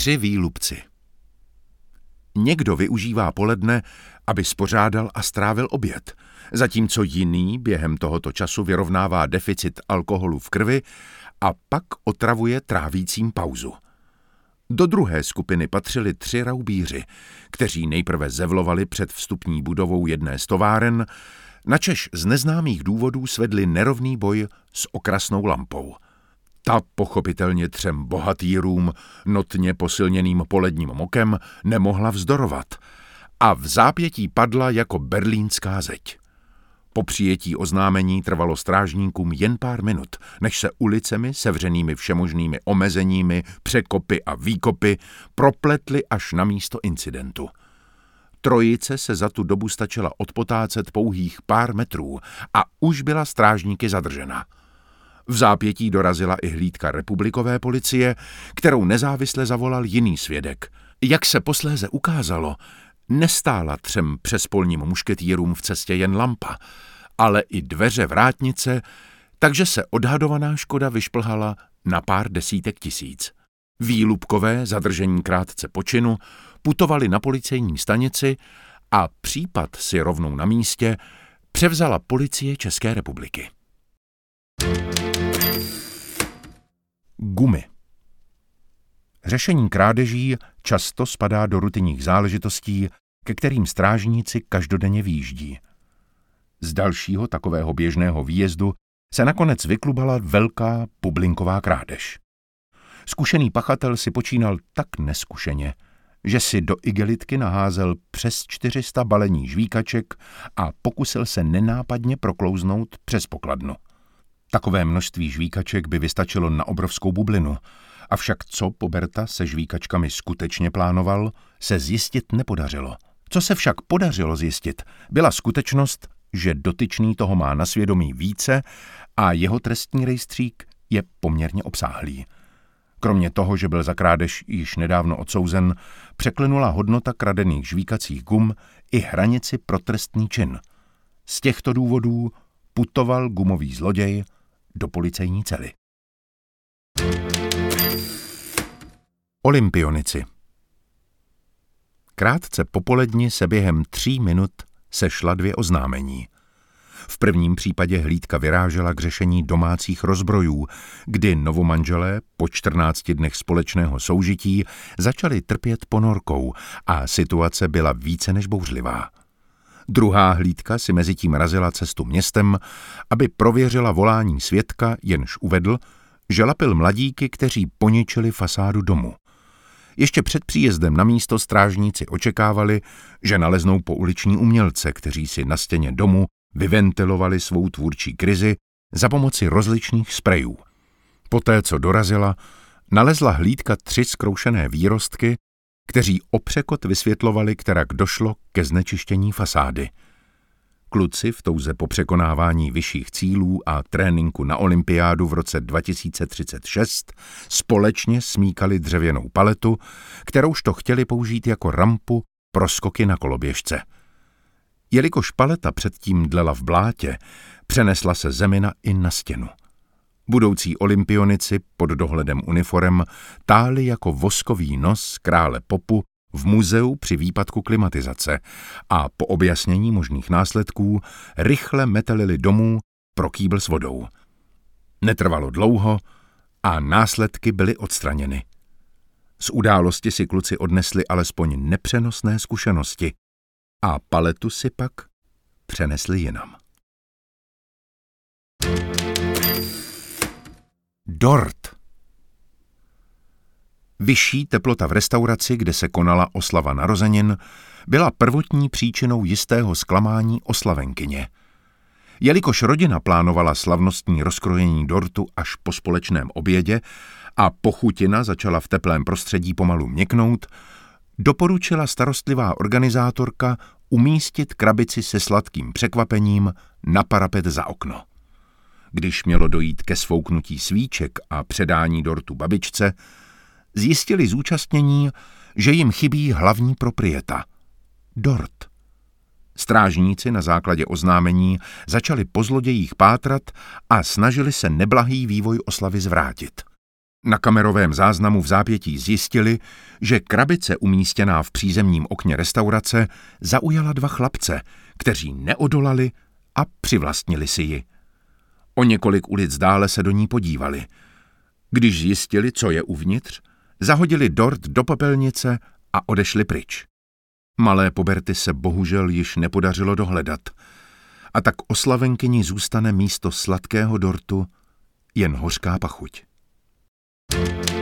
3 výlupci. Někdo využívá poledne, aby spořádal a strávil oběd, zatímco jiný během tohoto času vyrovnává deficit alkoholu v krvi a pak otravuje trávícím pauzu. Do druhé skupiny patřili 3 raubíři, kteří nejprve zevlovali před vstupní budovou jedné z továren, načež z neznámých důvodů svedli nerovný boj s okrasnou lampou. Ta pochopitelně 3 bohatýrům, notně posilněným poledním mokem, nemohla vzdorovat a v zápětí padla jako berlínská zeď. Po přijetí oznámení trvalo strážníkům jen pár minut, než se ulicemi sevřenými všemožnými omezeními, překopy a výkopy propletly až na místo incidentu. Trojice se za tu dobu stačila odpotácet pouhých pár metrů a už byla strážníky zadržena. V zápětí dorazila i hlídka republikové policie, kterou nezávisle zavolal jiný svědek. Jak se posléze ukázalo, nestála 3 přespolním mušketýrům v cestě jen lampa, ale i dveře vrátnice, takže se odhadovaná škoda vyšplhala na pár desítek tisíc. Výlupkové, zadržení krátce po činu, putovali na policejní stanici a případ si rovnou na místě převzala policie České republiky. Gumy. Řešení krádeží často spadá do rutinních záležitostí, ke kterým strážníci každodenně výjíždí. Z dalšího takového běžného výjezdu se nakonec vyklubala velká bublinková krádež. Zkušený pachatel si počínal tak neskušeně, že si do igelitky naházel přes 400 balení žvíkaček a pokusil se nenápadně proklouznout přes pokladnu. Takové množství žvíkaček by vystačilo na obrovskou bublinu, avšak co Poberta se žvíkačkami skutečně plánoval, se zjistit nepodařilo. Co se však podařilo zjistit, byla skutečnost, že dotyčný toho má na svědomí více a jeho trestní rejstřík je poměrně obsáhlý. Kromě toho, že byl za krádež již nedávno odsouzen, překlenula hodnota kradených žvíkacích gum i hranici pro trestný čin. Z těchto důvodů putoval gumový zloděj do policejní cely. Olympionici. Krátce po poledni se během 3 minut sešla 2 oznámení. V prvním případě hlídka vyrážela k řešení domácích rozbrojů, kdy novomanželé po 14 dnech společného soužití začali trpět ponorkou a situace byla více než bouřlivá. Druhá hlídka si mezitím razila cestu městem, aby prověřila volání svědka, jenž uvedl, že lapil mladíky, kteří poničili fasádu domu. Ještě před příjezdem na místo strážníci očekávali, že naleznou pouliční umělce, kteří si na stěně domu vyventilovali svou tvůrčí krizi za pomoci rozličných sprejů. Poté, co dorazila, nalezla hlídka 3 zkroušené výrostky, kteří opřekot vysvětlovali, kterak došlo ke znečištění fasády. Kluci v touze po překonávání vyšších cílů a tréninku na olympiádu v roce 2036 společně smíkali dřevěnou paletu, kterouž to chtěli použít jako rampu pro skoky na koloběžce. Jelikož paleta předtím dlela v blátě, přenesla se zemina i na stěnu. Budoucí olympionici pod dohledem uniforem táli jako voskový nos krále popu v muzeu při výpadku klimatizace a po objasnění možných následků rychle metelili domů pro kýbl s vodou. Netrvalo dlouho a následky byly odstraněny. Z události si kluci odnesli alespoň nepřenosné zkušenosti a paletu si pak přenesli jinam. Dort. Vyšší teplota v restauraci, kde se konala oslava narozenin, byla prvotní příčinou jistého zklamání oslavenkyně. Jelikož rodina plánovala slavnostní rozkrojení dortu až po společném obědě a pochutina začala v teplém prostředí pomalu měknout, doporučila starostlivá organizátorka umístit krabici se sladkým překvapením na parapet za okno. Když mělo dojít ke svouknutí svíček a předání dortu babičce, zjistili zúčastnění, že jim chybí hlavní proprieta – dort. Strážníci na základě oznámení začali po zlodějích pátrat a snažili se neblahý vývoj oslavy zvrátit. Na kamerovém záznamu v zápětí zjistili, že krabice umístěná v přízemním okně restaurace zaujala 2 chlapce, kteří neodolali a přivlastnili si ji. O několik ulic dále se do ní podívali. Když zjistili, co je uvnitř, zahodili dort do popelnice a odešli pryč. Malé Poberty se bohužel již nepodařilo dohledat. A tak oslavenkyni zůstane místo sladkého dortu jen hořká pachuť.